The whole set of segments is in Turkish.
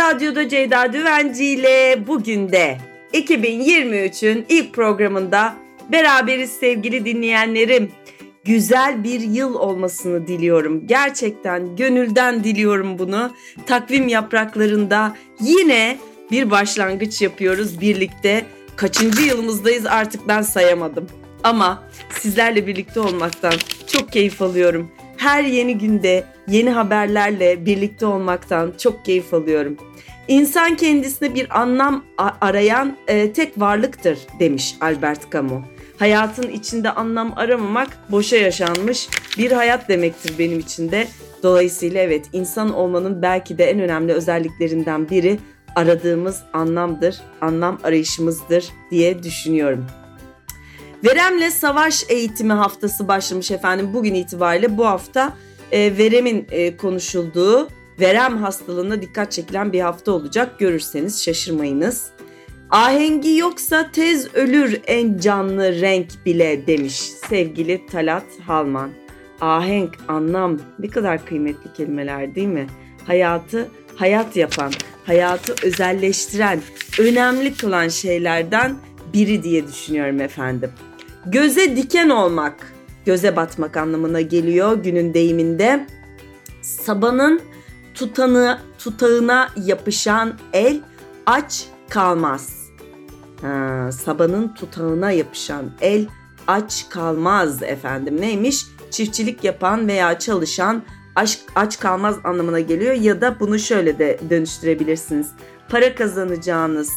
Radyoda Ceyda Düvenci ile bugün de 2023'ün ilk programında beraberiz sevgili dinleyenlerim. Güzel bir yıl olmasını diliyorum. Gerçekten gönülden diliyorum bunu. Takvim yapraklarında yine bir başlangıç yapıyoruz birlikte. Kaçıncı yılımızdayız artık ben sayamadım. Ama sizlerle birlikte olmaktan çok keyif alıyorum. Her yeni günde yeni haberlerle birlikte olmaktan çok keyif alıyorum. İnsan kendisine bir anlam arayan tek varlıktır demiş Albert Camus. Hayatın içinde anlam aramamak boşa yaşanmış bir hayat demektir benim için de. Dolayısıyla evet, insan olmanın belki de en önemli özelliklerinden biri aradığımız anlamdır, anlam arayışımızdır diye düşünüyorum. Veremle Savaş Eğitimi Haftası başlamış efendim bugün itibariyle. Bu hafta veremin konuşulduğu, verem hastalığına dikkat çekilen bir hafta olacak. Görürseniz şaşırmayınız. Ahengi yoksa tez ölür en canlı renk bile demiş sevgili Talat Halman. Ahenk, anlam ne kadar kıymetli kelimeler değil mi? Hayatı hayat yapan, hayatı özelleştiren, önemli kılan şeylerden biri diye düşünüyorum efendim. Göze diken olmak, göze batmak anlamına geliyor günün deyiminde. Sabanın tutağına yapışan el aç kalmaz. Sabanın tutağına yapışan el aç kalmaz efendim. Neymiş? Çiftçilik yapan veya çalışan aç kalmaz anlamına geliyor. Ya da bunu şöyle de dönüştürebilirsiniz. Para kazanacağınız,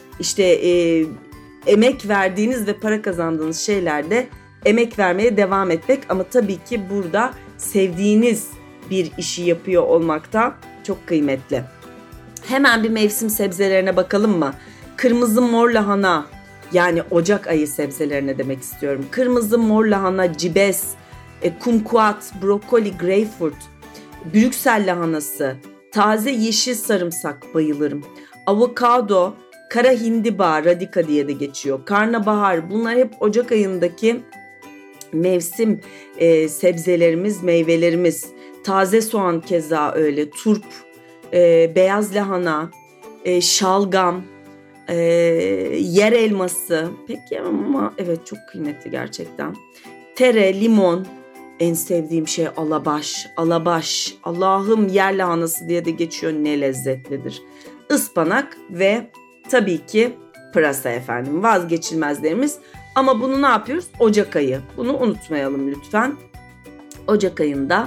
emek verdiğiniz ve para kazandığınız şeylerde emek vermeye devam etmek. Ama tabii ki burada sevdiğiniz bir işi yapıyor olmak da çok kıymetli. Hemen bir mevsim sebzelerine bakalım mı? Kırmızı mor lahana, yani Ocak ayı sebzelerine demek istiyorum. Kırmızı mor lahana, cibes, kumkuat, brokoli, greyfurt, Brüksel lahanası, taze yeşil sarımsak bayılırım. Avokado, kara hindiba, radika diye de geçiyor. Karnabahar, bunlar hep Ocak ayındaki mevsim sebzelerimiz, meyvelerimiz. Taze soğan keza öyle, turp, beyaz lahana, şalgam, yer elması, pek yemem ama evet çok kıymetli gerçekten. Tere, limon, en sevdiğim şey alabaş, Allah'ım yer lahanası diye de geçiyor, ne lezzetlidir. Ispanak ve tabii ki pırasa efendim, vazgeçilmezlerimiz. Ama bunu ne yapıyoruz? Ocak ayı, bunu unutmayalım lütfen. Ocak ayında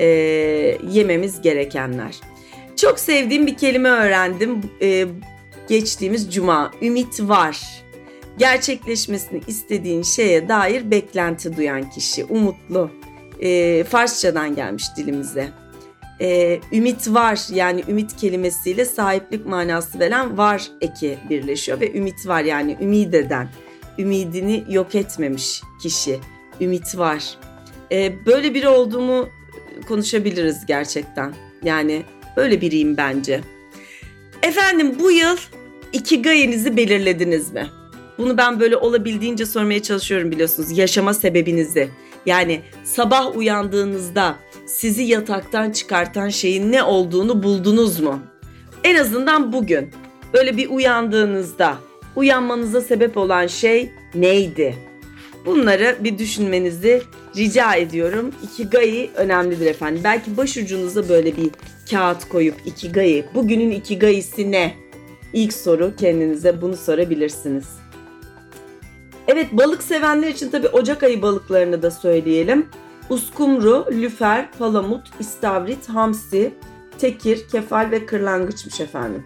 yememiz gerekenler. Çok sevdiğim bir kelime öğrendim geçtiğimiz cuma. Ümit var. Gerçekleşmesini istediğin şeye dair beklenti duyan kişi. Umutlu. Farsçadan gelmiş dilimize. Ümit var, yani ümit kelimesiyle sahiplik manası veren var eki birleşiyor ve ümit var, yani ümid eden, ümidini yok etmemiş kişi. Ümit var. Böyle biri olduğumu konuşabiliriz gerçekten. Yani böyle biriyim bence. Efendim, bu yıl ikigai'nizi belirlediniz mi? Bunu ben böyle olabildiğince sormaya çalışıyorum, biliyorsunuz. Yaşama sebebinizi. Yani sabah uyandığınızda sizi yataktan çıkartan şeyin ne olduğunu buldunuz mu? En azından bugün böyle bir uyandığınızda uyanmanıza sebep olan şey neydi? Bunları bir düşünmenizi rica ediyorum. Ikigai önemlidir efendim. Belki başucunuza böyle bir kağıt koyup ikigai, bugünün ikigai'si ne? İlk soru, kendinize bunu sorabilirsiniz. Evet, balık sevenler için tabii Ocak ayı balıklarını da söyleyelim. Uskumru, lüfer, palamut, istavrit, hamsi, tekir, kefal ve kırlangıçmış efendim.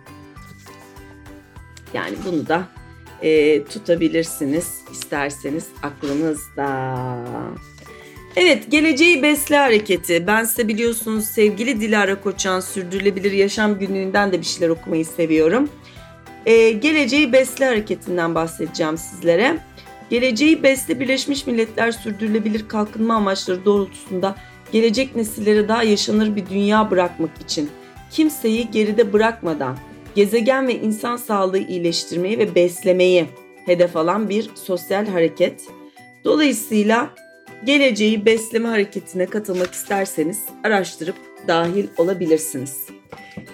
Yani bunu da tutabilirsiniz isterseniz aklınızda. Evet, Geleceği Besle Hareketi. Ben size biliyorsunuz sevgili Dilara Koçan Sürdürülebilir Yaşam Günlüğü'nden de bir şeyler okumayı seviyorum. Geleceği Besle Hareketi'nden bahsedeceğim sizlere. Geleceği Besle, Birleşmiş Milletler Sürdürülebilir Kalkınma Amaçları doğrultusunda gelecek nesillere daha yaşanır bir dünya bırakmak için kimseyi geride bırakmadan gezegen ve insan sağlığı iyileştirmeyi ve beslemeyi hedef alan bir sosyal hareket. Dolayısıyla Geleceği Besleme Hareketi'ne katılmak isterseniz araştırıp dahil olabilirsiniz.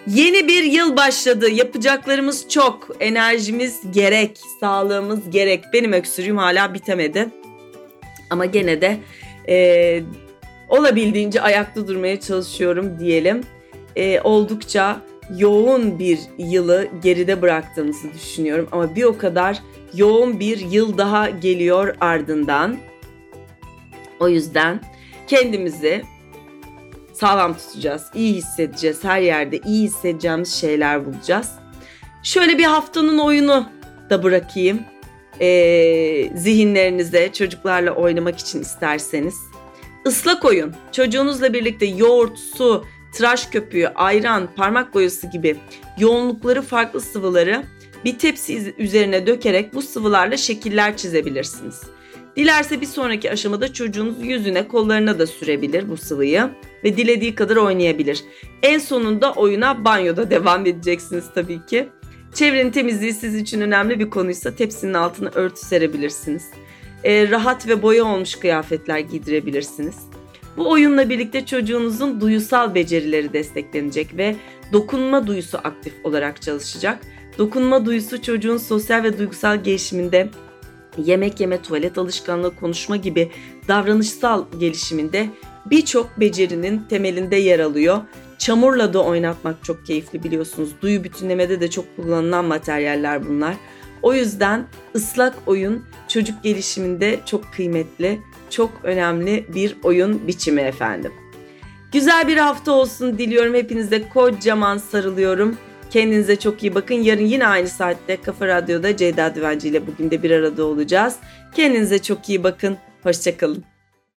Yeni bir yıl başladı. Yapacaklarımız çok. Enerjimiz gerek, sağlığımız gerek. Benim öksürüğüm hala bitemedi. Ama gene de olabildiğince ayakta durmaya çalışıyorum diyelim. Oldukça yoğun bir yılı geride bıraktığımızı düşünüyorum. Ama bir o kadar yoğun bir yıl daha geliyor ardından. O yüzden kendimizi sağlam tutacağız, iyi hissedeceğiz. Her yerde iyi hissedeceğimiz şeyler bulacağız. Şöyle bir haftanın oyunu da bırakayım. Zihinlerinize çocuklarla oynamak için isterseniz. Islak oyun. Çocuğunuzla birlikte yoğurt, su, tıraş köpüğü, ayran, parmak boyası gibi yoğunlukları farklı sıvıları bir tepsi üzerine dökerek bu sıvılarla şekiller çizebilirsiniz. Dilerse bir sonraki aşamada çocuğunuz yüzüne, kollarına da sürebilir bu sıvıyı ve dilediği kadar oynayabilir. En sonunda oyuna banyoda devam edeceksiniz tabii ki. Çevrenin temizliği sizin için önemli bir konuysa tepsinin altına örtü serebilirsiniz. Rahat ve boya olmuş kıyafetler giydirebilirsiniz. Bu oyunla birlikte çocuğunuzun duyusal becerileri desteklenecek ve dokunma duyusu aktif olarak çalışacak. Dokunma duyusu çocuğun sosyal ve duygusal gelişiminde, yemek yeme, tuvalet alışkanlığı, konuşma gibi davranışsal gelişiminde birçok becerinin temelinde yer alıyor. Çamurla da oynatmak çok keyifli biliyorsunuz. Duyu bütünlemede de çok kullanılan materyaller bunlar. O yüzden ıslak oyun çocuk gelişiminde çok kıymetli, çok önemli bir oyun biçimi efendim. Güzel bir hafta olsun diliyorum. Hepinize kocaman sarılıyorum. Kendinize çok iyi bakın. Yarın yine aynı saatte Kafa Radyo'da Ceyda Düvenci ile bugün de bir arada olacağız. Kendinize çok iyi bakın. Hoşça kalın.